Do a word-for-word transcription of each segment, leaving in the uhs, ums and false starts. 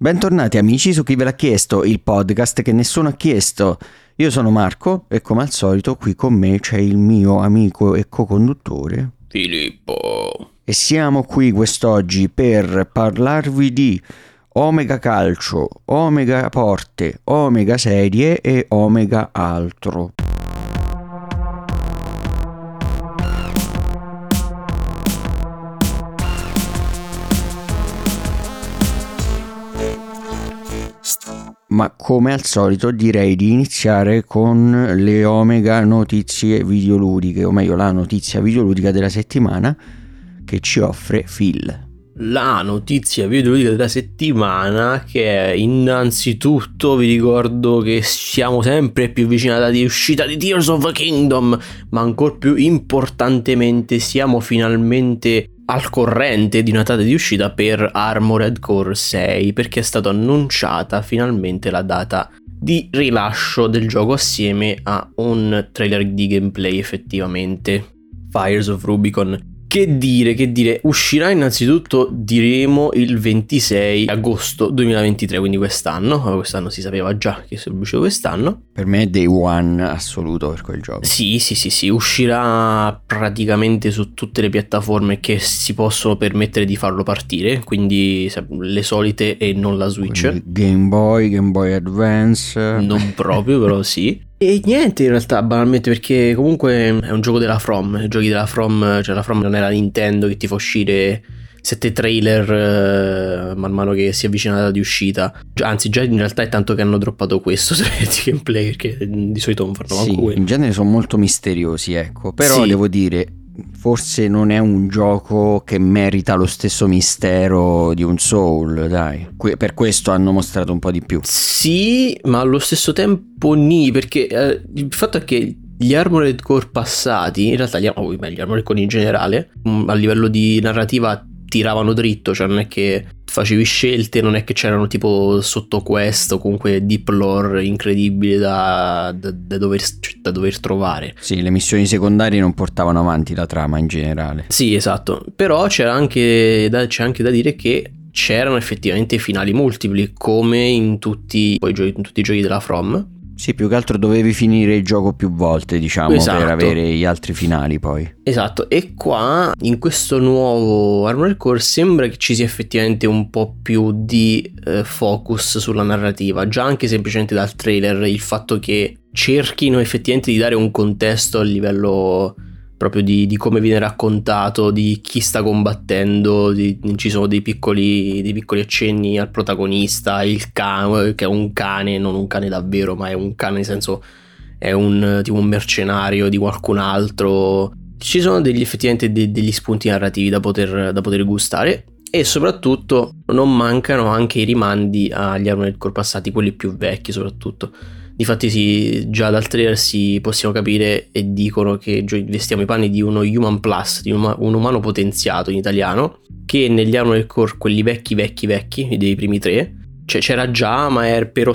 Bentornati amici su Chi ve l'ha chiesto, il podcast che nessuno ha chiesto. Io sono Marco e come al solito qui con me c'è il mio amico e co-conduttore Filippo. E siamo qui quest'oggi per parlarvi di Omega Calcio, Omega Porte, Omega Serie e Omega Altro. Ma come al solito direi di iniziare con le Omega notizie videoludiche, o meglio la notizia videoludica della settimana che ci offre Phil. La notizia videoludica della settimana, che è innanzitutto vi ricordo che siamo sempre più vicini alla data di uscita di Tears of the Kingdom, ma ancora più importantemente siamo finalmente al corrente di una data di uscita per Armored Core sei, perché è stata annunciata finalmente la data di rilascio del gioco assieme a un trailer di gameplay effettivamente. Fires of Rubicon. Che dire, che dire, uscirà innanzitutto, diremo, il ventisei agosto duemilaventitré, quindi quest'anno. Quest'anno si sapeva già che sarebbe uscito quest'anno. Per me è day one assoluto per quel gioco. Sì, sì, sì, sì, uscirà praticamente su tutte le piattaforme che si possono permettere di farlo partire, quindi le solite e non la Switch. Quindi Game Boy, Game Boy Advance. Non proprio, però sì. E niente in realtà, banalmente, perché comunque è un gioco della From. I giochi della From, cioè la From non è la Nintendo che ti fa uscire sette trailer eh, man mano che si avvicina la data di uscita. Anzi, già in realtà è tanto che hanno droppato questo di gameplay, perché di solito non fanno manco sì, quello. In genere sono molto misteriosi, ecco. Però sì. devo dire, forse non è un gioco che merita lo stesso mistero di un Soul, dai. Que- per questo hanno mostrato un po' di più. Sì, ma allo stesso tempo ni, perché eh, il fatto è che gli Armored Core passati, in realtà gli, oh, gli Armored Core in generale, mh, a livello di narrativa tiravano dritto, cioè non è che facevi scelte, non è che c'erano tipo sottoquest o comunque deep lore incredibili da, da, da, dover, da dover trovare. Sì, le missioni secondarie non portavano avanti la trama in generale. Sì, esatto, però c'era anche da, c'è anche da dire che c'erano effettivamente finali multipli, come in tutti, poi, in tutti i giochi della From. Sì, più che altro dovevi finire il gioco più volte, diciamo, esatto. per avere gli altri finali poi. Esatto, e qua in questo nuovo Armored Core sembra che ci sia effettivamente un po' più di eh, focus sulla narrativa, già anche semplicemente dal trailer, il fatto che cerchino effettivamente di dare un contesto a livello proprio di, di come viene raccontato, di chi sta combattendo, di, ci sono dei piccoli, dei piccoli accenni al protagonista, il cane, che è un cane, non un cane davvero, ma è un cane nel senso è un tipo un mercenario di qualcun altro. Ci sono degli effettivamente de, degli spunti narrativi da poter, da poter gustare, e soprattutto non mancano anche i rimandi agli Armored Core passati, quelli più vecchi soprattutto. Difatti sì, già dal trailer si possiamo capire e dicono che vestiamo i panni di uno Human Plus, di un, un umano potenziato in italiano, che negli Armored Core, quelli vecchi vecchi vecchi, dei primi tre, cioè c'era già, ma er, per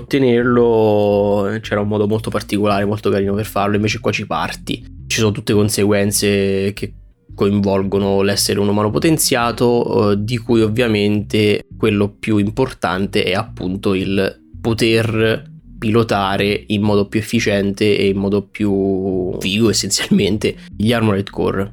ottenerlo c'era un modo molto particolare, molto carino per farlo, invece qua ci parti. Ci sono tutte conseguenze che coinvolgono l'essere un umano potenziato, eh, di cui ovviamente quello più importante è appunto il poter pilotare in modo più efficiente e in modo più figo essenzialmente gli Armored Core.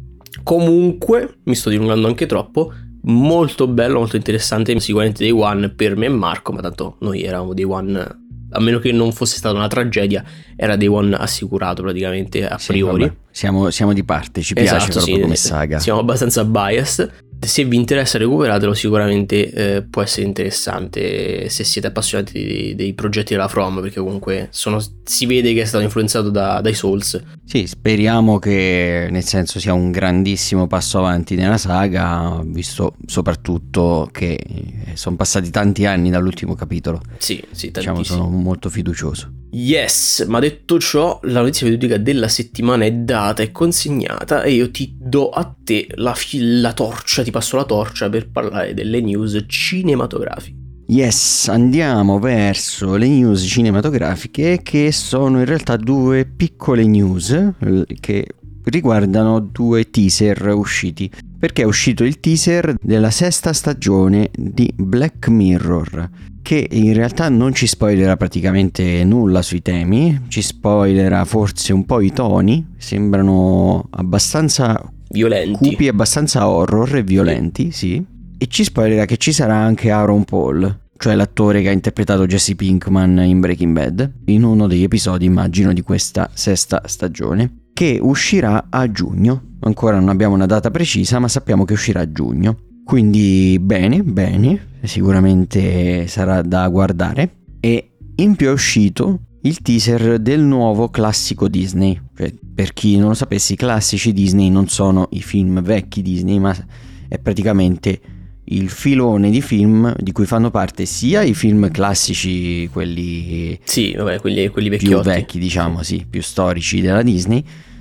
Comunque mi sto dilungando anche troppo. Molto bello, molto interessante, sicuramente Day One per me e Marco, ma tanto noi eravamo Day One, a meno che non fosse stata una tragedia, era Day One assicurato praticamente a sì, priori. Vabbè. Siamo, siamo di parte, ci piace esatto, proprio sì, come saga. Siamo abbastanza biased. Se vi interessa recuperatelo, sicuramente eh, può essere interessante se siete appassionati dei, dei progetti della From, perché comunque sono, si vede che è stato influenzato da, dai Souls. Sì, speriamo che nel senso sia un grandissimo passo avanti nella saga, visto soprattutto che sono passati tanti anni dall'ultimo capitolo. Sì, sì, diciamo, tantissimo. sono molto fiducioso. Yes, ma detto ciò, la notizia videoludica della settimana è data e consegnata, e io ti do a te la, la torcia, ti passo la torcia per parlare delle news cinematografiche. Yes, andiamo verso le news cinematografiche, che sono in realtà due piccole news che riguardano due teaser usciti perché è uscito il teaser della sesta stagione di Black Mirror, che in realtà non ci spoilerà praticamente nulla sui temi, ci spoilerà forse un po' i toni, sembrano abbastanza violenti, cupi, abbastanza horror e violenti, sì, sì. E ci spoilerà che ci sarà anche Aaron Paul, cioè l'attore che ha interpretato Jesse Pinkman in Breaking Bad, in uno degli episodi, immagino, di questa sesta stagione, che uscirà a giugno. Ancora non abbiamo una data precisa, ma sappiamo che uscirà a giugno. Quindi bene, bene, sicuramente sarà da guardare. E in più è uscito il teaser del nuovo classico Disney. Cioè, per chi non lo sapesse, i classici Disney non sono i film vecchi Disney, ma è praticamente il filone di film di cui fanno parte sia i film classici, quelli, sì, vabbè, quelli, quelli più vecchiotti, vecchi, diciamo, sì, più storici della Disney,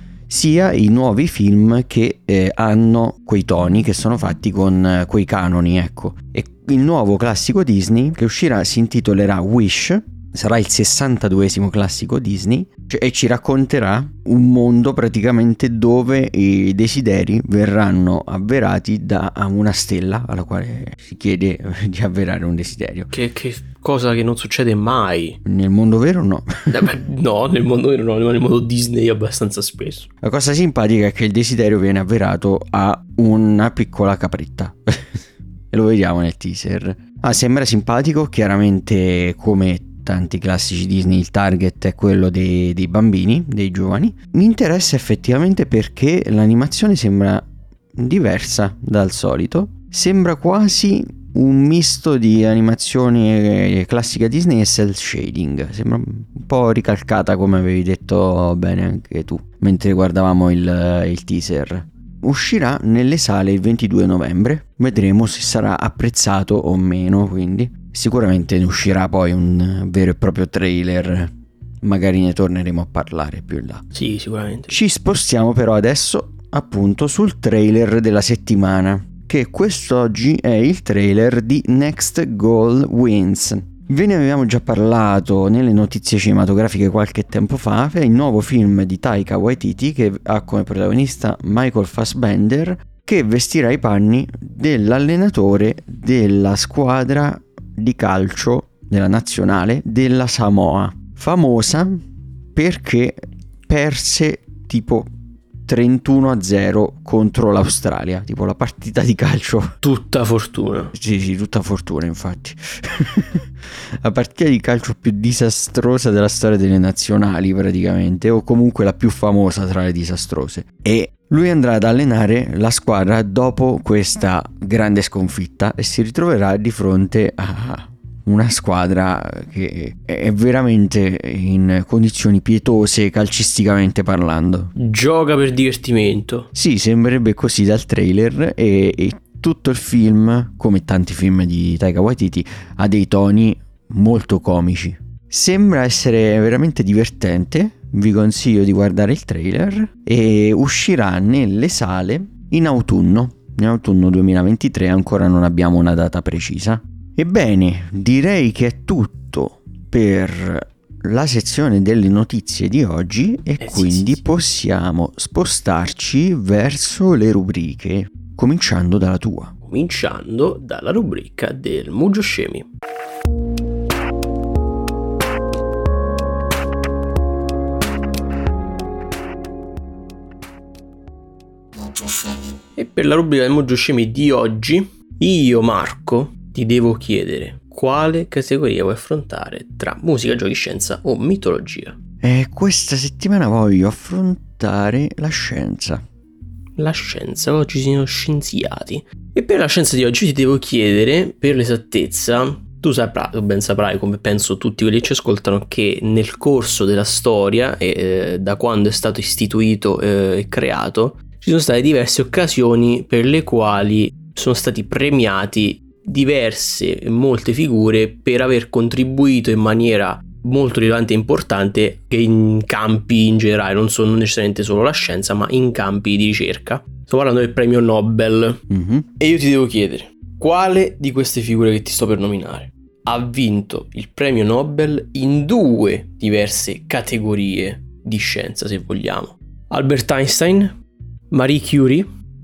sia i nuovi film che eh, hanno quei toni, che sono fatti con eh, quei canoni, ecco. E il nuovo classico Disney che uscirà si intitolerà Wish, sarà il sessantaduesimo classico Disney, cioè, e ci racconterà un mondo praticamente dove i desideri verranno avverati da una stella alla quale si chiede di avverare un desiderio. Che, che cosa che non succede mai. Nel mondo vero no. No, nel mondo vero no, nel mondo Disney abbastanza spesso. La cosa simpatica è che il desiderio viene avverato a una piccola capretta. E lo vediamo nel teaser. Ah, sembra simpatico, chiaramente come tanti classici Disney il target è quello dei, dei bambini, dei giovani. Mi interessa effettivamente perché l'animazione sembra diversa dal solito, sembra quasi un misto di animazione classica Disney e cel shading, sembra un po' ricalcata come avevi detto bene anche tu mentre guardavamo il, il teaser. Uscirà nelle sale il ventidue novembre, vedremo se sarà apprezzato o meno, quindi sicuramente ne uscirà poi un vero e proprio trailer, magari ne torneremo a parlare più in là. Sì, sicuramente. Ci spostiamo però adesso appunto sul trailer della settimana, che quest'oggi è il trailer di Next Goal Wins. Ve ne avevamo già parlato nelle notizie cinematografiche qualche tempo fa. È il nuovo film di Taika Waititi che ha come protagonista Michael Fassbender, che vestirà i panni dell'allenatore della squadra di calcio della nazionale della Samoa, famosa perché perse tipo trentuno a zero contro l'Australia, tipo la partita di calcio. Tutta fortuna. Sì, sì, tutta fortuna, infatti. La partita di calcio più disastrosa della storia delle nazionali, praticamente, o comunque la più famosa tra le disastrose. E lui andrà ad allenare la squadra dopo questa grande sconfitta e si ritroverà di fronte a una squadra che è veramente in condizioni pietose calcisticamente parlando. Gioca per divertimento. Sì, sembrerebbe così dal trailer, e, e tutto il film, come tanti film di Taika Waititi, ha dei toni molto comici. Sembra essere veramente divertente, vi consiglio di guardare il trailer, e uscirà nelle sale in autunno, in autunno duemilaventitré, ancora non abbiamo una data precisa. Ebbene, direi che è tutto per la sezione delle notizie di oggi e eh, quindi sì, sì, sì. possiamo spostarci verso le rubriche, cominciando dalla tua. Cominciando dalla rubrica del Mugio Scemi. E per la rubrica del Mugio Scemi di oggi, io, Marco, ti devo chiedere quale categoria vuoi affrontare tra musica, giochi, scienza o mitologia. E questa settimana voglio affrontare la scienza. La scienza, oggi siamo scienziati. E per la scienza di oggi ti devo chiedere, per l'esattezza, tu saprai, tu ben saprai, come penso tutti quelli che ci ascoltano, che nel corso della storia, e eh, da quando è stato istituito e eh, creato, ci sono state diverse occasioni per le quali sono stati premiati diverse e molte figure per aver contribuito in maniera molto rilevante e importante in campi in generale, non sono necessariamente solo la scienza, ma in campi di ricerca. Sto parlando del premio Nobel. Mm-hmm. E io ti devo chiedere, quale di queste figure che ti sto per nominare ha vinto il premio Nobel in due diverse categorie di scienza, se vogliamo? Albert Einstein, Marie Curie,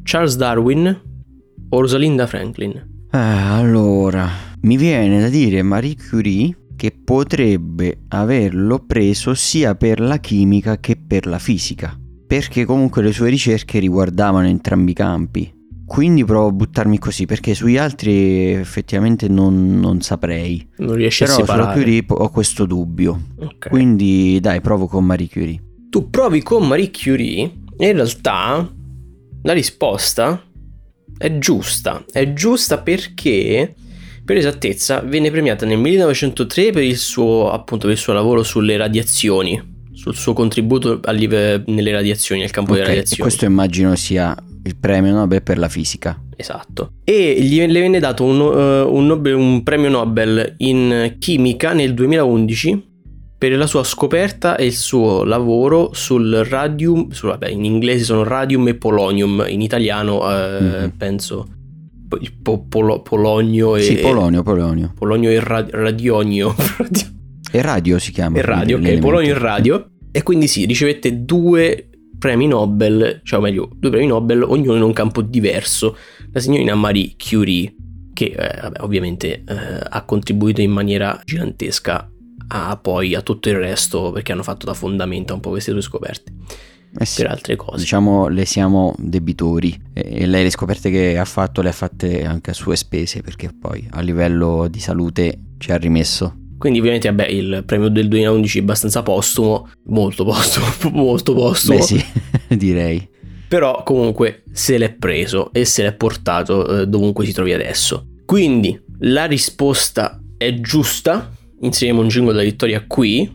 Charles Darwin o Rosalinda Franklin? Ah, allora, mi viene da dire Marie Curie, che potrebbe averlo preso sia per la chimica che per la fisica, perché comunque le sue ricerche riguardavano entrambi i campi. Quindi provo a buttarmi così, perché sugli altri effettivamente non, non saprei. Non riesci Però a separare. sulla Curie ho questo dubbio. Okay. Quindi dai, provo con Marie Curie. Tu provi con Marie Curie e in realtà la risposta è giusta. È giusta perché, per esattezza, venne premiata nel millenovecentotre per il suo, appunto, per il suo lavoro sulle radiazioni, sul suo contributo a live- nelle radiazioni, nel campo Ok, delle e radiazioni. questo immagino sia il premio Nobel per la fisica. Esatto. E gli le venne dato un, uh, un, Nobel- un premio Nobel in chimica nel duemilaundici per la sua scoperta e il suo lavoro sul radium, su, vabbè, in inglese sono radium e polonium, in italiano uh, mm-hmm. penso il po- polo- polonio e... Sì, polonio, polonio. Polonio e ra- radionio. E radio si chiama. E radio, ok, polonio e radio. E quindi sì, ricevette due premi Nobel, cioè o meglio, due premi Nobel, ognuno in un campo diverso. La signorina Marie Curie, che eh, vabbè, ovviamente eh, ha contribuito in maniera gigantesca a poi a tutto il resto, perché hanno fatto da fondamento un po' queste due scoperte. Eh sì, per altre cose. Diciamo, le siamo debitori, e lei le scoperte che ha fatto le ha fatte anche a sue spese, perché poi a livello di salute ci ha rimesso. Quindi ovviamente vabbè, il premio del duemilaundici è abbastanza postumo, molto postumo, molto postumo. Beh sì, direi. Però comunque se l'è preso e se l'è portato eh, dovunque si trovi adesso. Quindi la risposta è giusta. Inseriamo un jingle della vittoria qui.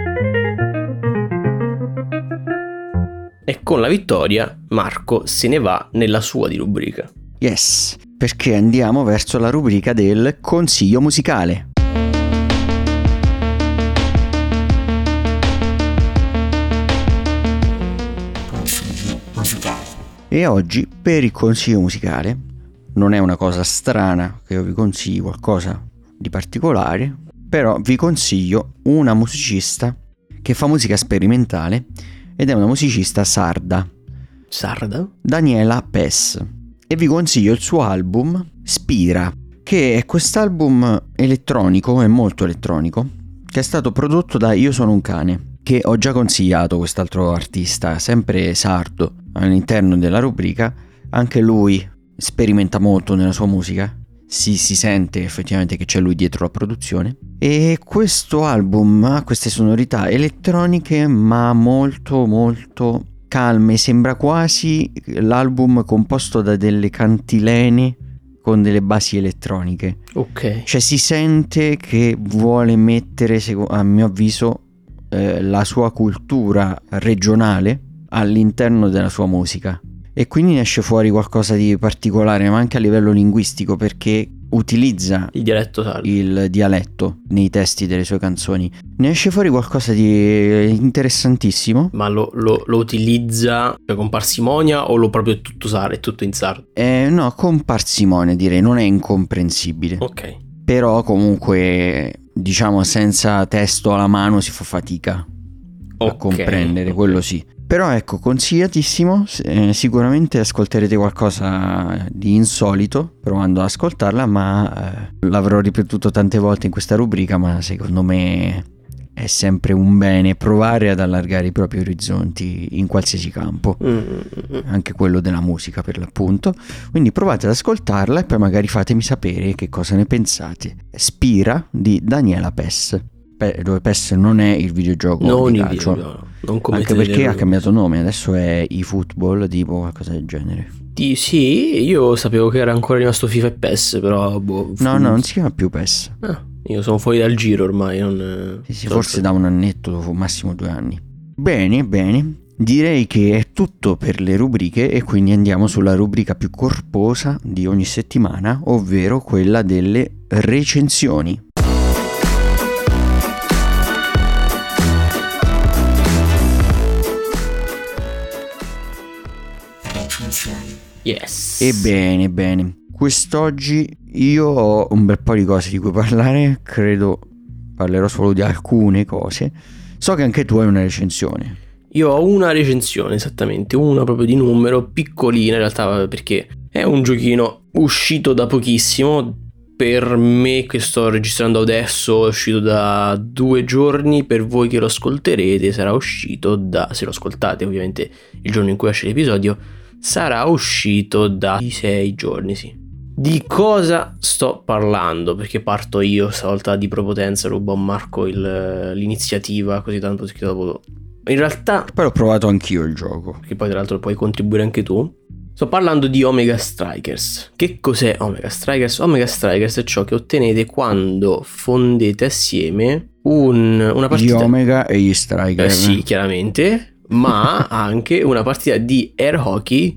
E con la vittoria Marco se ne va nella sua di rubrica. Yes, perché andiamo verso la rubrica del consiglio musicale. E oggi per il consiglio musicale non è una cosa strana che io vi consigli qualcosa di particolare, però vi consiglio una musicista che fa musica sperimentale ed è una musicista sarda. Sarda? Daniela Pes. E vi consiglio il suo album Spira, che è quest'album elettronico, è molto elettronico, che è stato prodotto da Io Sono un Cane, che ho già consigliato, quest'altro artista, sempre sardo, all'interno della rubrica. Anche lui sperimenta molto nella sua musica, si, si sente effettivamente che c'è lui dietro la produzione, e questo album ha queste sonorità elettroniche ma molto molto calme, sembra quasi l'album composto da delle cantilene con delle basi elettroniche. Ok. Cioè si sente che vuole mettere, a mio avviso, eh, la sua cultura regionale all'interno della sua musica, e quindi ne esce fuori qualcosa di particolare, ma anche a livello linguistico, perché utilizza il dialetto sardo, il dialetto nei testi delle sue canzoni. Ne esce fuori qualcosa di interessantissimo. Ma lo, lo, lo utilizza cioè, con parsimonia o lo proprio tutto sardo, è tutto in sardo? Eh, no, con parsimonia direi, non è incomprensibile. Ok. Però comunque, diciamo, senza testo alla mano si fa fatica a okay, comprendere, okay. Quello sì. Però ecco, consigliatissimo, eh, sicuramente ascolterete qualcosa di insolito provando ad ascoltarla, ma eh, l'avrò ripetuto tante volte in questa rubrica, ma secondo me è sempre un bene provare ad allargare i propri orizzonti in qualsiasi campo, mm-hmm. anche quello della musica per l'appunto. Quindi provate ad ascoltarla e poi magari fatemi sapere che cosa ne pensate. Spira di Daniela Pes, dove Pes non è il videogioco non di il calcio, video, non anche perché ha cambiato nome, adesso è eFootball, tipo qualcosa del genere. Di, sì, io sapevo che era ancora rimasto FIFA e PES, però boh, no no non si chiama più Pes. Ah, io sono fuori dal giro ormai, non sì, sì, forse da un annetto, massimo due anni. Bene bene, direi che è tutto per le rubriche, e quindi andiamo sulla rubrica più corposa di ogni settimana, ovvero quella delle recensioni. Yes. Ebbene, bene. Quest'oggi io ho un bel po' di cose di cui parlare, credo parlerò solo di alcune cose. So che anche tu hai una recensione. Io ho una recensione, esattamente, una proprio di numero, piccolina in realtà, perché è un giochino uscito da pochissimo. Per me che sto registrando adesso è uscito da due giorni, per voi che lo ascolterete sarà uscito da, se lo ascoltate ovviamente il giorno in cui esce l'episodio, sarà uscito da sei giorni, sì. Di cosa sto parlando? Perché parto io stavolta di prepotenza, rubo a Marco il, l'iniziativa, così tanto che dopo... In realtà... Poi l'ho provato anch'io il gioco. Che poi tra l'altro puoi contribuire anche tu. Sto parlando di Omega Strikers. Che cos'è Omega Strikers? Omega Strikers è ciò che ottenete quando fondete assieme un, una partita... Gli Omega e gli Strikers. Eh sì, chiaramente, ma anche una partita di air hockey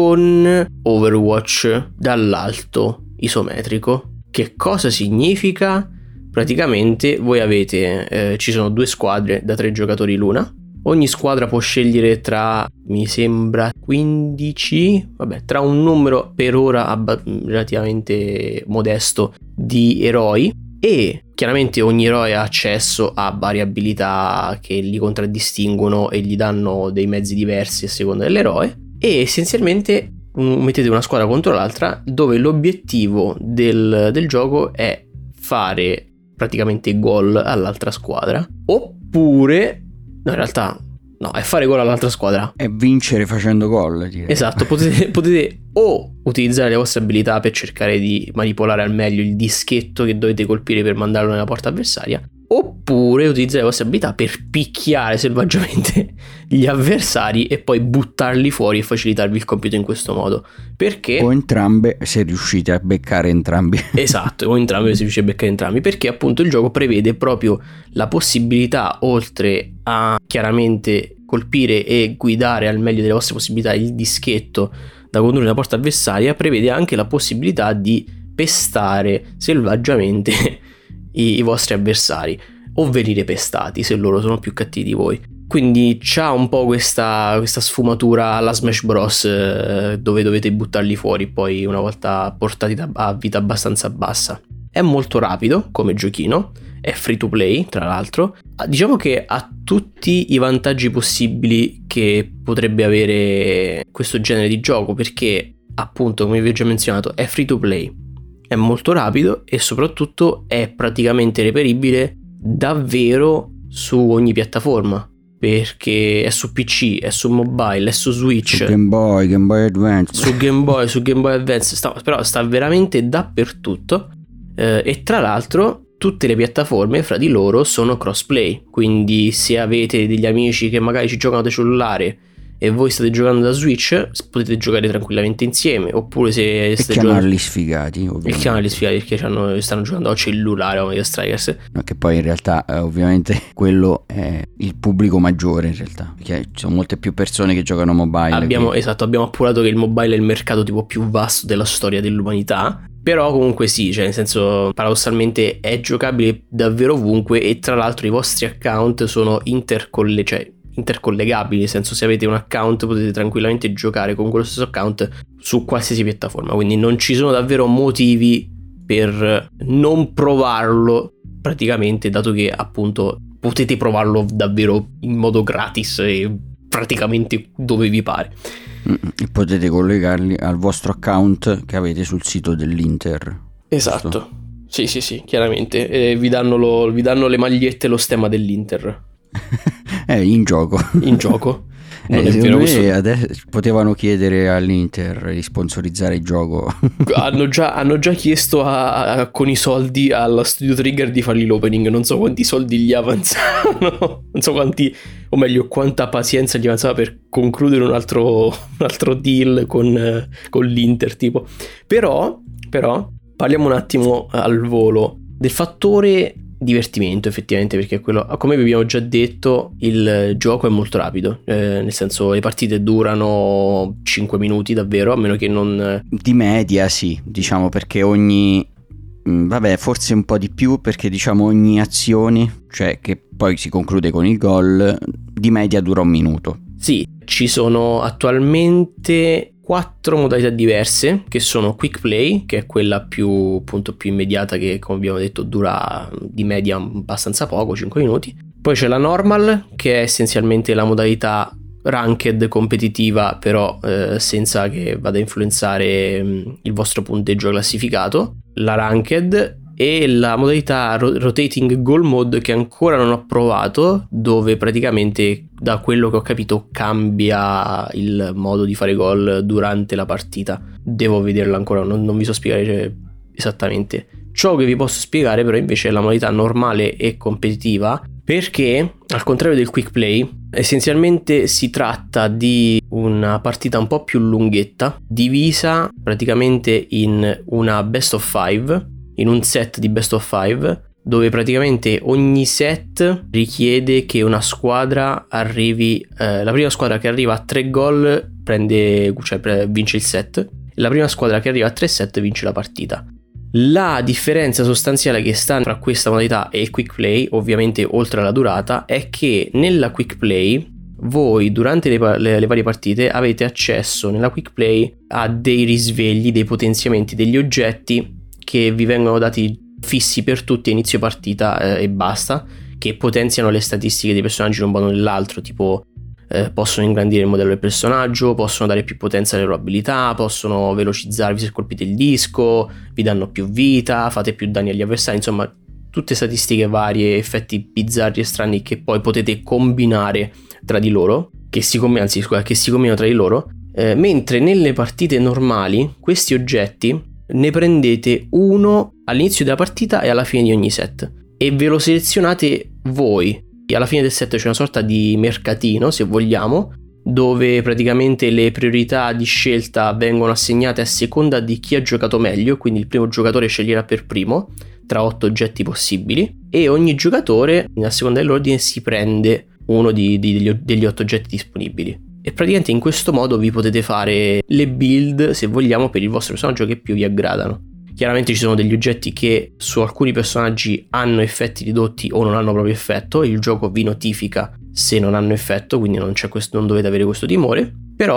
con Overwatch dall'alto isometrico. Che cosa significa? Praticamente voi avete, eh, ci sono due squadre da tre giocatori l'una. Ogni squadra può scegliere tra, mi sembra, quindici, vabbè, tra un numero per ora abba- relativamente modesto di eroi, e chiaramente ogni eroe ha accesso a varie abilità che li contraddistinguono e gli danno dei mezzi diversi a seconda dell'eroe, e essenzialmente mettete una squadra contro l'altra dove l'obiettivo del, del gioco è fare praticamente gol all'altra squadra, oppure... No, in realtà no, è fare gol all'altra squadra. È vincere facendo gol, direi. Esatto, potete, potete o utilizzare le vostre abilità per cercare di manipolare al meglio il dischetto che dovete colpire per mandarlo nella porta avversaria, oppure utilizzare le vostre abilità per picchiare selvaggiamente gli avversari e poi buttarli fuori e facilitarvi il compito in questo modo. Perché? O entrambe, se riuscite a beccare entrambi. Esatto, o entrambi se riuscite a beccare entrambi, perché appunto il gioco prevede proprio la possibilità, oltre a chiaramente colpire e guidare al meglio delle vostre possibilità il dischetto da condurre nella porta avversaria, prevede anche la possibilità di pestare selvaggiamente i, i vostri avversari, o venire pestati se loro sono più cattivi di voi. Quindi c'ha un po' questa, questa sfumatura alla Smash Bros, eh, dove dovete buttarli fuori poi una volta portati da, a vita abbastanza bassa. È molto rapido come giochino, è free to play tra l'altro. Diciamo che ha tutti i vantaggi possibili che potrebbe avere questo genere di gioco, perché appunto, come vi ho già menzionato, è free to play, è molto rapido e soprattutto è praticamente reperibile davvero su ogni piattaforma, perché è su P C, è su mobile, è su Switch, su Game Boy, Game Boy Advance, su Game Boy, su Game Boy Advance, sta, però sta veramente dappertutto, eh, e tra l'altro tutte le piattaforme fra di loro sono crossplay, quindi se avete degli amici che magari ci giocano da cellulare e voi state giocando da Switch, potete giocare tranquillamente insieme, oppure se e state chiamarli giocando... sfigati, ovviamente. E chiamarli sfigati perché hanno, stanno giocando a cellulare o Omega Strikers. No, che poi in realtà eh, ovviamente quello è il pubblico maggiore in realtà, perché ci sono molte più persone che giocano mobile. Abbiamo, quindi... esatto, abbiamo appurato che il mobile è il mercato tipo più vasto della storia dell'umanità. Però comunque sì, cioè nel senso, paradossalmente è giocabile davvero ovunque, e tra l'altro i vostri account sono intercolle- cioè, intercollegabili, nel senso, se avete un account potete tranquillamente giocare con quello stesso account su qualsiasi piattaforma, quindi non ci sono davvero motivi per non provarlo praticamente, dato che appunto potete provarlo davvero in modo gratis e praticamente dove vi pare. E potete collegarli al vostro account che avete sul sito dell'Inter. Esatto, giusto? Sì sì sì, chiaramente, e vi danno, lo, vi danno le magliette e lo stemma dell'Inter. Eh, in gioco. In gioco. Non Eh, è vero, me questo... adesso potevano chiedere all'Inter di sponsorizzare il gioco. hanno, già, hanno già chiesto a, a, con i soldi alla Studio Trigger di fargli l'opening. Non so quanti soldi gli avanzavano, non so quanti, o meglio quanta pazienza gli avanzava per concludere un altro, un altro deal con, con l'Inter tipo. Però, però parliamo un attimo al volo del fattore divertimento, effettivamente, perché quello, come vi abbiamo già detto, il gioco è molto rapido, eh, nel senso, le partite durano cinque minuti davvero, a meno che non... Di media sì, diciamo, perché ogni... vabbè, forse un po' di più, perché diciamo ogni azione, cioè che poi si conclude con il gol, di media dura un minuto. Sì, ci sono attualmente quattro modalità diverse, che sono Quick Play, che è quella più, appunto, più immediata, che come abbiamo detto dura di media abbastanza poco, cinque minuti. Poi c'è la normal, che è essenzialmente la modalità ranked competitiva, però eh, senza che vada a influenzare mh, il vostro punteggio classificato. La ranked e la modalità ro- rotating goal mode, che ancora non ho provato, dove praticamente, da quello che ho capito, cambia il modo di fare gol durante la partita. Devo vederla ancora, non, non vi so spiegare cioè, esattamente. Ciò che vi posso spiegare però invece è la modalità normale e competitiva, perché al contrario del quick play essenzialmente si tratta di una partita un po' più lunghetta, divisa praticamente in una best of five, in un set di best of five, dove praticamente ogni set richiede che una squadra arrivi, eh, la prima squadra che arriva a tre gol prende, cioè pre- vince il set, e la prima squadra che arriva a tre set vince la partita. La differenza sostanziale che sta tra questa modalità e il quick play, ovviamente oltre alla durata, è che nella quick play voi durante le, le, le varie partite avete accesso nella quick play a dei risvegli, dei potenziamenti, degli oggetti che vi vengono dati fissi per tutti a inizio partita eh, e basta, che potenziano le statistiche dei personaggi in un modo o nell'altro, tipo eh, possono ingrandire il modello del personaggio, possono dare più potenza alle loro abilità, possono velocizzarvi se colpite il disco, vi danno più vita, fate più danni agli avversari, insomma tutte statistiche varie, effetti bizzarri e strani che poi potete combinare tra di loro, che si, com- anzi, scusa, che si combinano tra di loro, eh, mentre nelle partite normali questi oggetti ne prendete uno all'inizio della partita e alla fine di ogni set e ve lo selezionate voi. Alla fine del set c'è una sorta di mercatino, se vogliamo, dove praticamente le priorità di scelta vengono assegnate a seconda di chi ha giocato meglio, quindi il primo giocatore sceglierà per primo tra otto oggetti possibili e ogni giocatore, a seconda dell'ordine, si prende uno di, di, degli, degli otto oggetti disponibili. E praticamente in questo modo vi potete fare le build, se vogliamo, per il vostro personaggio che più vi aggradano. Chiaramente ci sono degli oggetti che su alcuni personaggi hanno effetti ridotti o non hanno proprio effetto, il gioco vi notifica se non hanno effetto, quindi non, c'è questo, non dovete avere questo timore.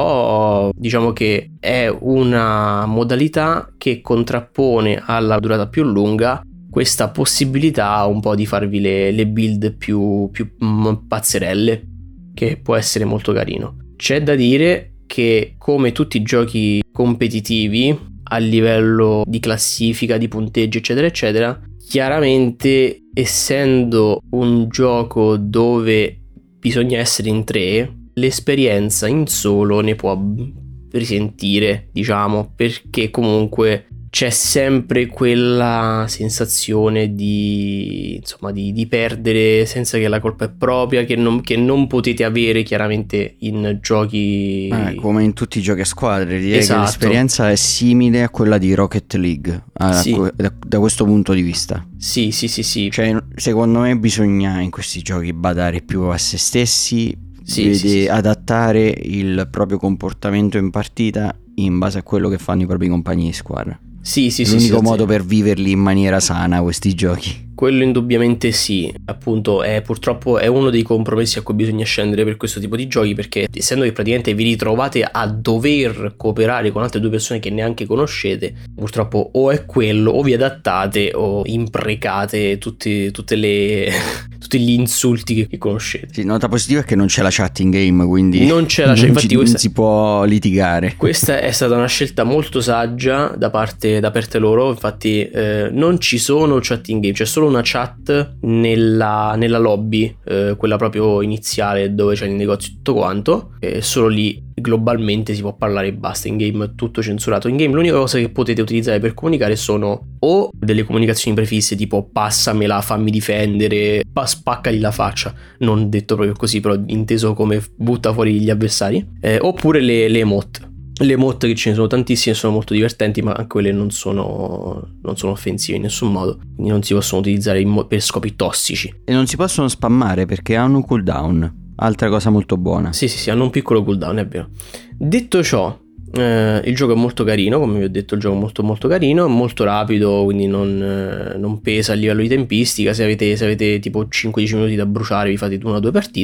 Però diciamo che è una modalità che contrappone alla durata più lunga questa possibilità un po' di farvi le, le build più, più pazzerelle, che può essere molto carino. C'è da dire che, come tutti i giochi competitivi a livello di classifica, di punteggio eccetera eccetera, chiaramente essendo un gioco dove bisogna essere in tre, l'esperienza in solo ne può risentire, diciamo, perché comunque c'è sempre quella sensazione di insomma di, di perdere senza che la colpa è propria, che non, che non potete avere chiaramente in giochi eh, come in tutti i giochi a squadre. Direi esatto. che l'esperienza è simile a quella di Rocket League a, sì. da, da questo punto di vista. Sì, sì, sì, sì. Cioè, secondo me bisogna in questi giochi badare più a se stessi, sì, vede, sì, sì. adattare il proprio comportamento in partita in base a quello che fanno i propri compagni di squadra. Sì, sì, L'unico sì, modo sì. per viverli in maniera sana questi giochi. Quello indubbiamente sì, appunto è purtroppo è uno dei compromessi a cui bisogna scendere per questo tipo di giochi, perché essendo che praticamente vi ritrovate a dover cooperare con altre due persone che neanche conoscete, purtroppo o è quello, o vi adattate o imprecate tutti, tutte le, tutti gli insulti che, che conoscete. Sì, nota positiva è che non c'è la chat in game, quindi non c'è la chat, non, infatti ci, questa, non si può litigare. Questa è stata una scelta molto saggia da parte, da parte loro, infatti eh, non ci sono chat in game, c'è solo una chat nella, nella lobby, eh, quella proprio iniziale dove c'è il negozio e tutto quanto, e solo lì globalmente si può parlare e basta. In game tutto censurato. In game l'unica cosa che potete utilizzare per comunicare sono o delle comunicazioni prefisse tipo passamela, fammi difendere, spaccagli la faccia, non detto proprio così però inteso come butta fuori gli avversari, eh, oppure le, le emote. Le emote, che ce ne sono tantissime, sono molto divertenti, ma anche quelle non sono, non sono offensive in nessun modo, quindi non si possono utilizzare in mo- per scopi tossici. E non si possono spammare perché hanno un cooldown, altra cosa molto buona. Sì, sì, sì, hanno un piccolo cooldown, è vero. Detto ciò, eh, il gioco è molto carino, come vi ho detto il gioco è molto molto carino, molto rapido, quindi non, eh, non pesa a livello di tempistica. Se avete, se avete tipo cinque dieci minuti da bruciare vi fate una o due partite.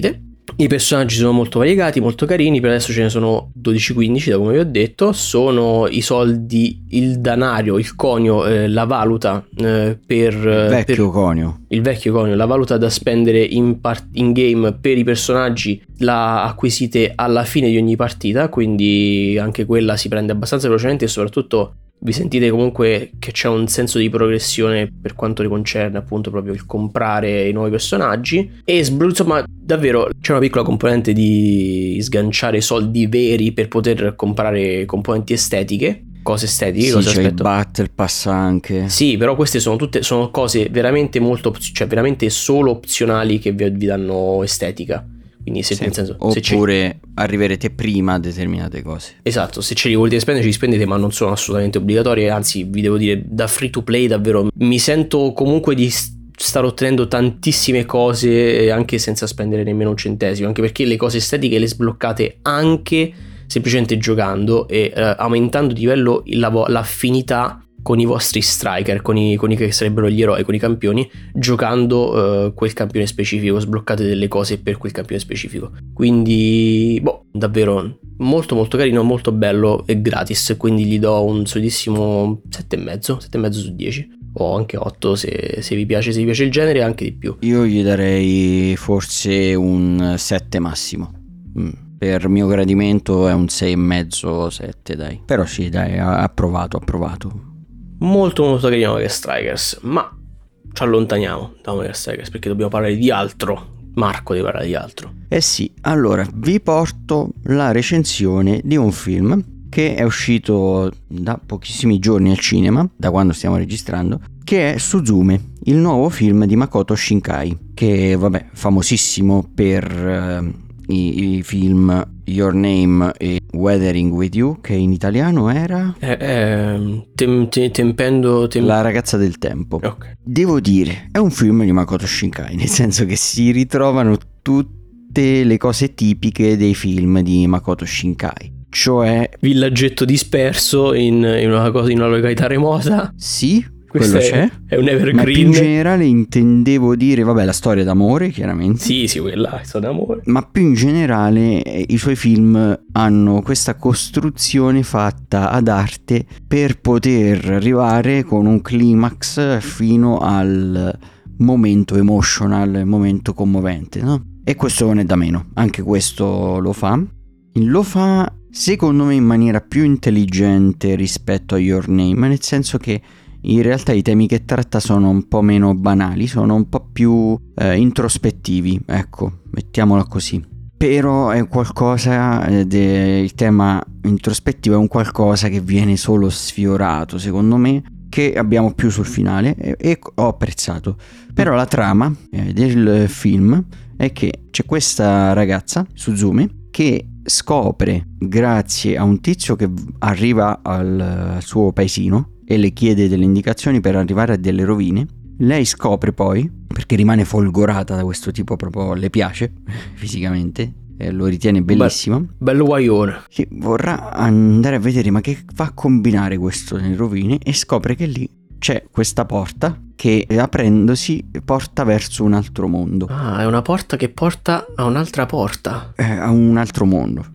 I personaggi sono molto variegati, molto carini, per adesso ce ne sono dodici quindici da come vi ho detto, sono i soldi, il danario, il conio, eh, la valuta eh, per... Il vecchio per, conio. Il vecchio conio, la valuta da spendere in, part, in game per i personaggi la acquisite alla fine di ogni partita, quindi anche quella si prende abbastanza velocemente e soprattutto vi sentite comunque che c'è un senso di progressione per quanto concerne appunto proprio il comprare i nuovi personaggi. E insomma davvero c'è una piccola componente di sganciare soldi veri per poter comprare componenti estetiche, cose estetiche, sì, cose c'è aspetto. il battle pass anche. Sì, però queste sono tutte sono cose veramente molto, cioè veramente solo opzionali che vi, vi danno estetica. Quindi se, sì, nel senso, oppure se arriverete prima a determinate cose. Esatto, se ce li volete spendere, ce li spendete, ma non sono assolutamente obbligatorie. Anzi, vi devo dire, da free to play davvero mi sento comunque di stare ottenendo tantissime cose anche senza spendere nemmeno un centesimo, anche perché le cose estetiche le sbloccate anche semplicemente giocando e eh, aumentando di livello la, l'affinità con i vostri striker, con i, con i che sarebbero gli eroi, con i campioni, giocando uh, quel campione specifico, sbloccate delle cose per quel campione specifico. Quindi, boh, davvero molto molto carino, molto bello e gratis, quindi gli do un solidissimo sette e mezzo, sette e mezzo su dieci, o anche otto se, se vi piace, se vi piace il genere, anche di più. Io gli darei forse un sette massimo. Mm. Per mio gradimento è un sei e mezzo, sette, dai. Però sì, dai, ha approvato, approvato. Molto molto carino Mega Strikers, ma ci allontaniamo da Mega Strikers perché dobbiamo parlare di altro. Marco deve parlare di altro. Eh sì, allora vi porto la recensione di un film che è uscito da pochissimi giorni al cinema, da quando stiamo registrando, che è Suzume, il nuovo film di Makoto Shinkai, che vabbè, famosissimo per uh, i, i film Your Name e Weathering With You, che in italiano era eh, eh, tem, tem, tempendo tem... La ragazza del tempo. Okay. Devo dire, è un film di Makoto Shinkai, nel senso che si ritrovano tutte le cose tipiche dei film di Makoto Shinkai, cioè villaggetto disperso in, in, una, cosa, in una località remota. Sì, questo quello è, c'è. È un evergreen. Ma più in generale intendevo dire, vabbè, la storia d'amore, chiaramente. Sì, sì, quella è storia d'amore. Ma più in generale eh, i suoi film hanno questa costruzione fatta ad arte per poter arrivare con un climax fino al momento emotional, momento commovente, no? E questo non è da meno, anche questo lo fa. Lo fa secondo me in maniera più intelligente rispetto a Your Name, nel senso che in realtà i temi che tratta sono un po' meno banali, sono un po' più eh, introspettivi, ecco, mettiamola così. Però è qualcosa, eh, de, il tema introspettivo è un qualcosa che viene solo sfiorato, secondo me, che abbiamo più sul finale e, e ho apprezzato. Però la trama eh, del film è che c'è questa ragazza, Suzume, che scopre, grazie a un tizio che arriva al, al suo paesino e le chiede delle indicazioni per arrivare a delle rovine, lei scopre poi, perché rimane folgorata da questo tipo, proprio le piace fisicamente, e lo ritiene bellissimo, Be- bello guaione, che vorrà andare a vedere ma che fa combinare questo nelle rovine, e scopre che lì c'è questa porta che, aprendosi, porta verso un altro mondo. Ah, è una porta che porta a un'altra porta. Eh, a un altro mondo.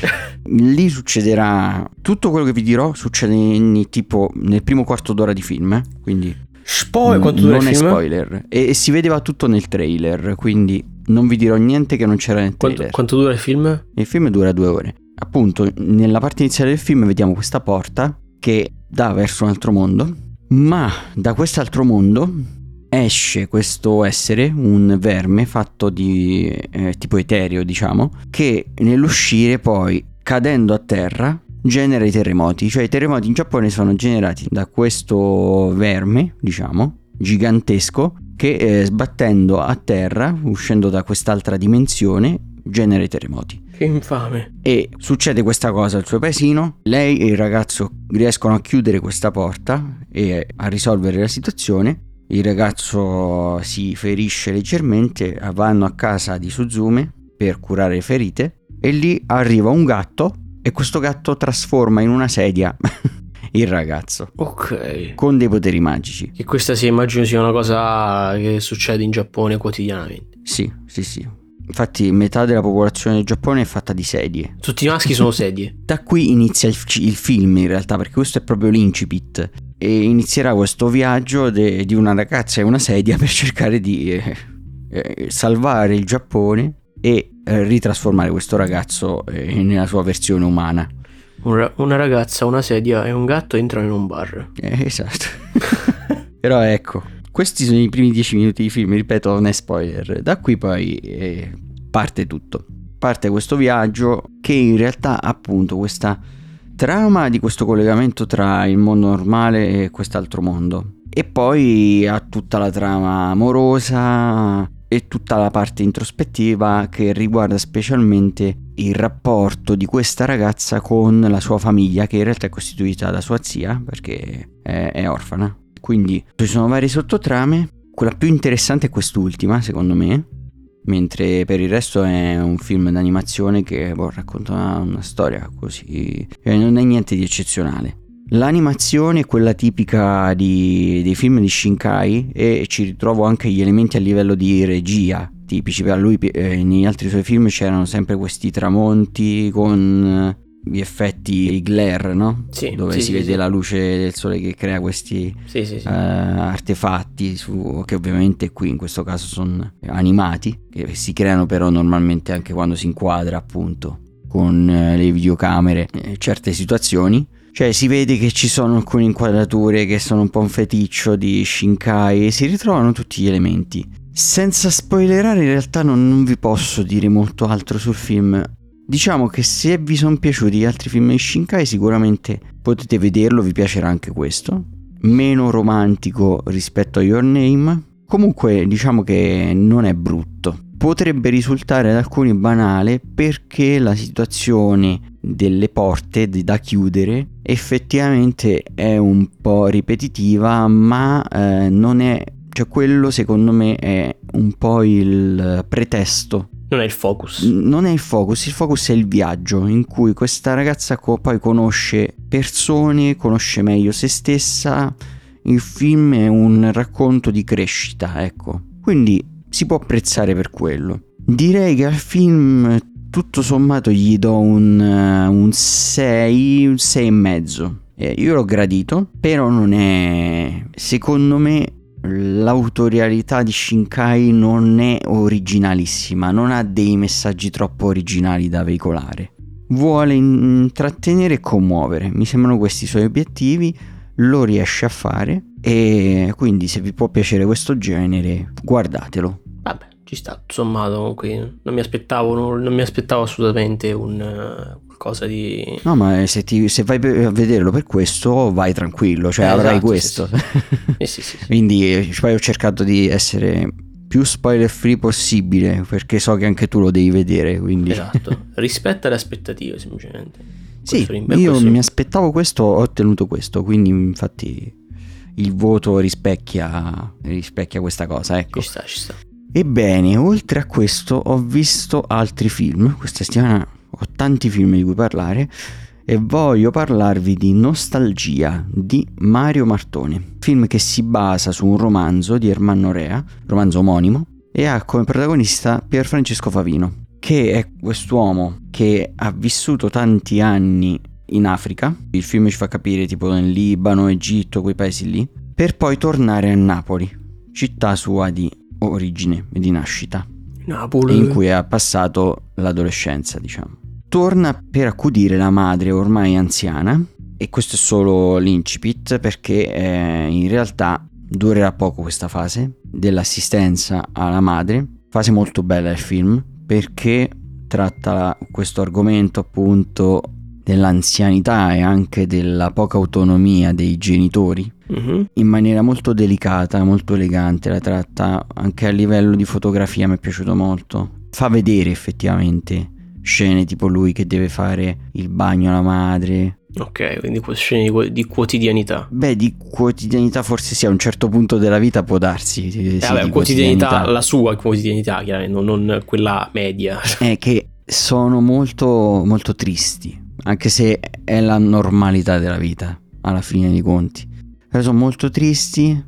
Lì succederà tutto quello che vi dirò, succede in, tipo nel primo quarto d'ora di film, eh? Quindi Spoiler, quanto dura non il è film? spoiler, e, e si vedeva tutto nel trailer, quindi non vi dirò niente che non c'era nel trailer. Quanto, quanto dura il film? Il film dura due ore. Appunto, nella parte iniziale del film vediamo questa porta che dà verso un altro mondo, ma da quest'altro mondo esce questo essere, un verme fatto di eh, tipo etereo, diciamo, che nell'uscire poi, cadendo a terra, genera i terremoti. Cioè i terremoti in Giappone sono generati da questo verme, diciamo, gigantesco, che eh, sbattendo a terra, uscendo da quest'altra dimensione, genera i terremoti. Che infame. E succede questa cosa al suo paesino, lei e il ragazzo riescono a chiudere questa porta e a risolvere la situazione. Il ragazzo si ferisce leggermente, vanno a casa di Suzume per curare le ferite e lì arriva un gatto e questo gatto trasforma in una sedia il ragazzo. Ok. Con dei poteri magici. Che questa si immagino sia una cosa che succede in Giappone quotidianamente. Sì, sì, sì. Infatti metà della popolazione del Giappone è fatta di sedie. Tutti i maschi sono sedie. Da qui inizia il, il film in realtà, perché questo è proprio l'incipit. E inizierà questo viaggio de, di una ragazza e una sedia per cercare di eh, eh, salvare il Giappone e eh, ritrasformare questo ragazzo eh, nella sua versione umana. Una ragazza, una sedia e un gatto entrano in un bar. Eh, esatto. Però ecco, questi sono i primi dieci minuti di film, ripeto, non è spoiler. Da qui poi eh, parte tutto. Parte questo viaggio che in realtà appunto questa trama di questo collegamento tra il mondo normale e quest'altro mondo. E poi ha tutta la trama amorosa e tutta la parte introspettiva che riguarda specialmente il rapporto di questa ragazza con la sua famiglia, che in realtà è costituita da sua zia perché è, è orfana. Quindi ci sono varie sottotrame. Quella più interessante è quest'ultima, secondo me, mentre per il resto è un film d'animazione che boh, racconta una, una storia così, eh, non è niente di eccezionale. L'animazione è quella tipica di, dei film di Shinkai e ci ritrovo anche gli elementi a livello di regia tipici. Per lui eh, negli altri suoi film c'erano sempre questi tramonti con gli effetti, i glare, no? Sì, dove sì, si sì, vede sì. la luce del sole che crea questi Sì, sì, sì. Uh, artefatti su, che ovviamente qui in questo caso sono animati, che si creano però normalmente anche quando si inquadra appunto con uh, le videocamere eh, certe situazioni. Cioè si vede che ci sono alcune inquadrature che sono un po' un feticcio di Shinkai e si ritrovano tutti gli elementi. Senza spoilerare, in realtà non, non vi posso dire molto altro sul film. Diciamo che se vi sono piaciuti gli altri film di Shinkai sicuramente potete vederlo, vi piacerà anche questo. Meno romantico rispetto a Your Name. Comunque diciamo che non è brutto. Potrebbe risultare ad alcuni banale perché la situazione delle porte da chiudere effettivamente è un po' ripetitiva, ma eh, non è, cioè quello secondo me è un po' il pretesto. Non è il focus. Non è il focus, il focus è il viaggio in cui questa ragazza co- poi conosce persone, conosce meglio se stessa. Il film è un racconto di crescita, ecco. Quindi si può apprezzare per quello. Direi che al film tutto sommato gli do un, uh, un sei, un sei e mezzo. Eh, io l'ho gradito, però non è, secondo me, l'autorialità di Shinkai non è originalissima, non ha dei messaggi troppo originali da veicolare. Vuole intrattenere e commuovere, mi sembrano questi i suoi obiettivi, lo riesce a fare e quindi se vi può piacere questo genere guardatelo. Vabbè, ci sta, tutto sommato comunque non mi aspettavo, non, non mi aspettavo assolutamente un uh, qualcosa di... No, ma se, ti, se vai a vederlo per questo vai tranquillo, cioè eh, avrai esatto, questo. Sì, sì. eh, sì, sì, sì. Quindi poi ho cercato di essere più spoiler free possibile perché so che anche tu lo devi vedere, quindi... Esatto, rispetta le aspettative semplicemente. Sì, Questo io questo... mi aspettavo questo, ho ottenuto questo, quindi infatti il voto rispecchia, rispecchia questa cosa, ecco. Ci sta, ci sta. Ebbene, oltre a questo ho visto altri film, questa settimana ho tanti film di cui parlare e voglio parlarvi di Nostalgia di Mario Martone, film che si basa su un romanzo di Ermanno Rea, romanzo omonimo, e ha come protagonista Pierfrancesco Favino, che è quest'uomo che ha vissuto tanti anni in Africa, il film ci fa capire tipo nel Libano, Egitto, quei paesi lì, per poi tornare a Napoli, città sua di origine e di nascita, Napoli, in cui ha passato l'adolescenza, diciamo. Torna per accudire la madre ormai anziana e questo è solo l'incipit perché eh, in realtà durerà poco questa fase dell'assistenza alla madre, fase molto bella del film perché tratta questo argomento appunto dell'anzianità e anche della poca autonomia dei genitori uh-huh. in maniera molto delicata, molto elegante, la tratta anche a livello di fotografia, mi è piaciuto molto, fa vedere effettivamente scene tipo lui che deve fare il bagno alla madre. Ok, quindi scene di, di quotidianità. Beh, di quotidianità forse sì, a un certo punto della vita può darsi. Eh, sì, vabbè, di quotidianità, quotidianità, la sua quotidianità, chiaramente, non, non quella media. È che sono molto, molto tristi, anche se è la normalità della vita, alla fine dei conti. Però sono molto tristi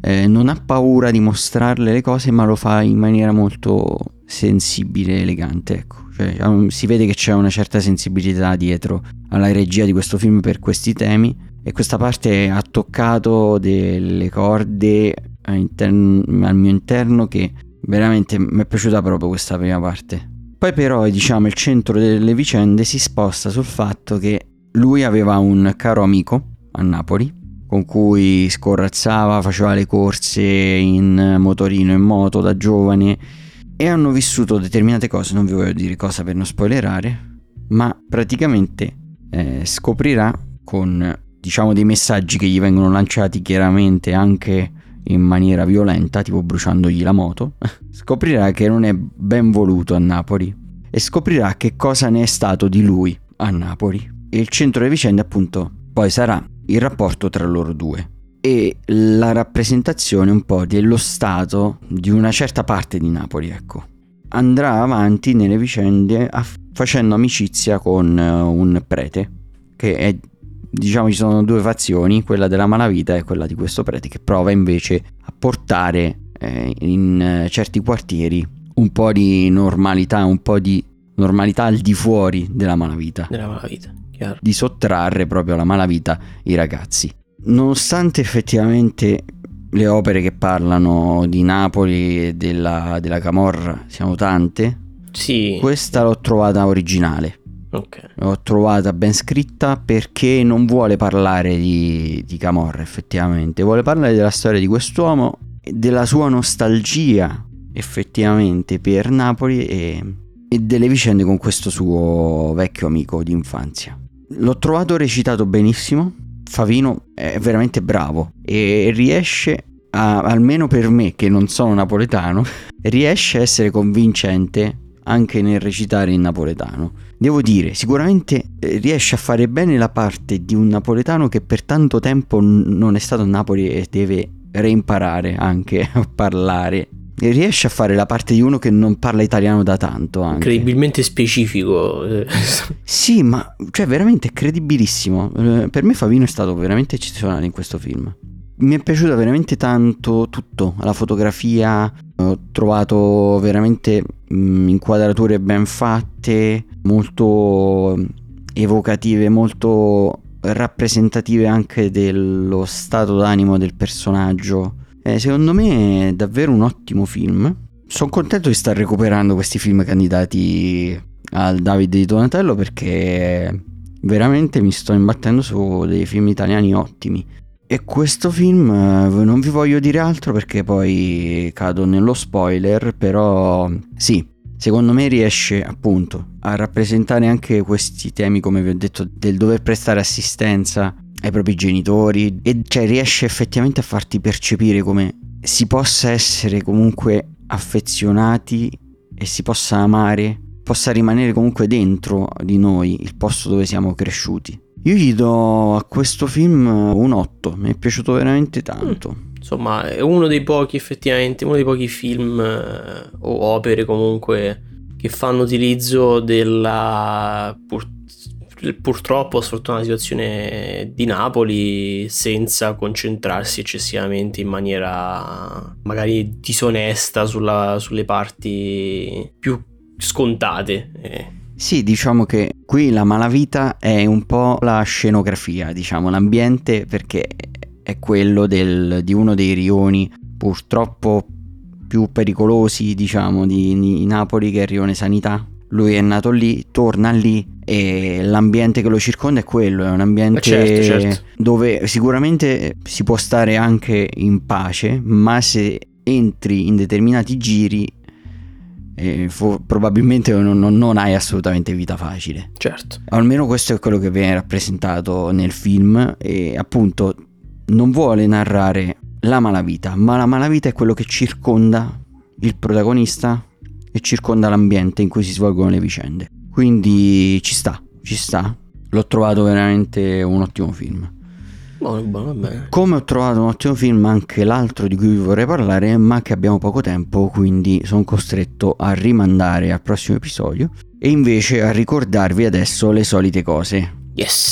eh, non ha paura di mostrarle le cose, ma lo fa in maniera molto sensibile e elegante, ecco. Cioè, um, si vede che c'è una certa sensibilità dietro alla regia di questo film per questi temi, e questa parte ha toccato delle corde all'interno, al mio interno, che veramente mi è piaciuta proprio questa prima parte. Poi però, diciamo, il centro delle vicende si sposta sul fatto che lui aveva un caro amico a Napoli con cui scorrazzava, faceva le corse in motorino e in moto da giovane, e hanno vissuto determinate cose. Non vi voglio dire cosa per non spoilerare, ma praticamente eh, scoprirà con, diciamo, dei messaggi che gli vengono lanciati chiaramente anche in maniera violenta, tipo bruciandogli la moto, scoprirà che non è ben voluto a Napoli e scoprirà che cosa ne è stato di lui a Napoli. E il centro delle vicende, appunto, poi sarà il rapporto tra loro due e la rappresentazione un po' dello stato di una certa parte di Napoli, ecco. Andrà avanti nelle vicende aff- facendo amicizia con uh, un prete, che è, diciamo, ci sono due fazioni, quella della malavita e quella di questo prete, che prova invece a portare eh, in uh, certi quartieri un po' di normalità, un po' di normalità al di fuori della malavita. Della malavita, chiaro. Di sottrarre proprio alla malavita i ragazzi. Nonostante effettivamente le opere che parlano di Napoli e della, della camorra siano tante, sì, questa l'ho trovata originale. Ok. L'ho trovata ben scritta, perché non vuole parlare di, di camorra effettivamente, vuole parlare della storia di quest'uomo e della sua nostalgia effettivamente per Napoli e, e delle vicende con questo suo vecchio amico d'infanzia. L'ho trovato recitato benissimo. Favino è veramente bravo e riesce a, almeno per me che non sono napoletano, riesce a essere convincente anche nel recitare in napoletano. Devo dire, sicuramente riesce a fare bene la parte di un napoletano che per tanto tempo non è stato a Napoli e deve reimparare anche a parlare. E riesce a fare la parte di uno che non parla italiano da tanto anche. Incredibilmente specifico. Sì, ma cioè veramente credibilissimo. Eh, per me Favino è stato veramente eccezionale in questo film. Mi è piaciuta veramente tanto tutto, la fotografia, ho trovato veramente mh, inquadrature ben fatte, molto evocative, molto rappresentative anche dello stato d'animo del personaggio. Eh, secondo me è davvero un ottimo film. Sono contento di star recuperando questi film candidati al David di Donatello, perché veramente mi sto imbattendo su dei film italiani ottimi. E questo film eh, non vi voglio dire altro perché poi cado nello spoiler, però sì, secondo me riesce appunto a rappresentare anche questi temi, come vi ho detto, del dover prestare assistenza ai propri genitori, e cioè riesce effettivamente a farti percepire come si possa essere comunque affezionati e si possa amare, possa rimanere comunque dentro di noi il posto dove siamo cresciuti. Io gli do a questo film un otto, mi è piaciuto veramente tanto. Mm, insomma, è uno dei pochi, effettivamente, uno dei pochi film eh, o opere comunque che fanno utilizzo della pur, purtroppo sfortunata situazione di Napoli senza concentrarsi eccessivamente in maniera magari disonesta sulla, sulle parti più scontate. Eh. Sì, diciamo che qui la malavita è un po' la scenografia, diciamo, l'ambiente, perché è quello del, di uno dei rioni purtroppo più pericolosi, diciamo, di, di Napoli, che è il rione Sanità. Lui è nato lì, torna lì e l'ambiente che lo circonda è quello, è un ambiente certo, certo. dove sicuramente si può stare anche in pace, ma se entri in determinati giri eh, fo- probabilmente non, non, non hai assolutamente vita facile. Certo. Almeno questo è quello che viene rappresentato nel film, e appunto non vuole narrare la malavita, ma la malavita è quello che circonda il protagonista e circonda l'ambiente in cui si svolgono le vicende. Quindi ci sta, ci sta. L'ho trovato veramente un ottimo film. Buono, buono, bene. Come ho trovato un ottimo film anche l'altro di cui vi vorrei parlare, ma che abbiamo poco tempo, quindi sono costretto a rimandare al prossimo episodio e invece a ricordarvi adesso le solite cose. Yes.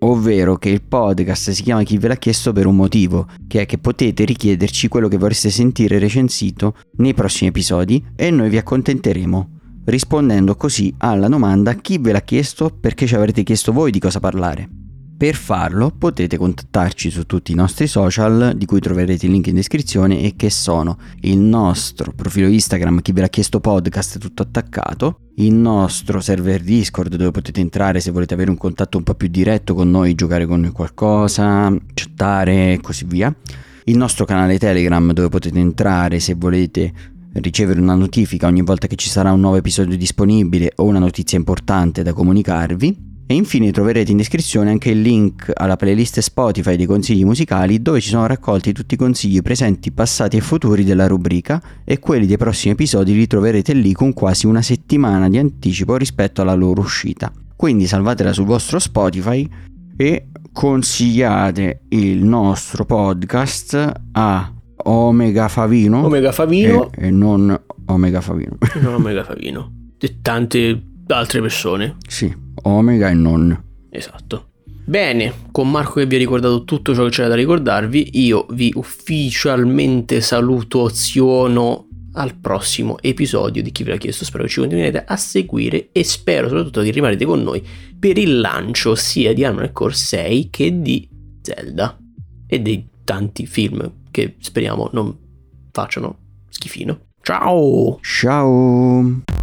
ovvero che il podcast si chiama Chi ve l'ha chiesto per un motivo, che è che potete richiederci quello che vorreste sentire recensito nei prossimi episodi e noi vi accontenteremo, rispondendo così alla domanda chi ve l'ha chiesto perché ci avrete chiesto voi di cosa parlare. Per farlo potete contattarci su tutti i nostri social, di cui troverete il link in descrizione, e che sono il nostro profilo Instagram Chi ve l'ha chiesto podcast tutto attaccato, il nostro server Discord dove potete entrare se volete avere un contatto un po' più diretto con noi, giocare con noi qualcosa, chattare e così via, il nostro canale Telegram dove potete entrare se volete ricevere una notifica ogni volta che ci sarà un nuovo episodio disponibile o una notizia importante da comunicarvi. E infine troverete in descrizione anche il link alla playlist Spotify dei consigli musicali, dove ci sono raccolti tutti i consigli presenti, passati e futuri della rubrica, e quelli dei prossimi episodi li troverete lì con quasi una settimana di anticipo rispetto alla loro uscita. Quindi salvatela sul vostro Spotify e consigliate il nostro podcast a Omega Favino Omega Favino e, e non Omega Favino non Omega Favino e tante altre persone. Sì, Omega e non. Esatto. Bene, con Marco che vi ha ricordato tutto ciò che c'era da ricordarvi, io vi ufficialmente salutoziono al prossimo episodio di Chi ve l'ha chiesto. Spero che ci continuerete a seguire e spero soprattutto che rimarrete con noi per il lancio sia di Armored Core sei che di Zelda e dei tanti film che speriamo non facciano schifino. Ciao! Ciao!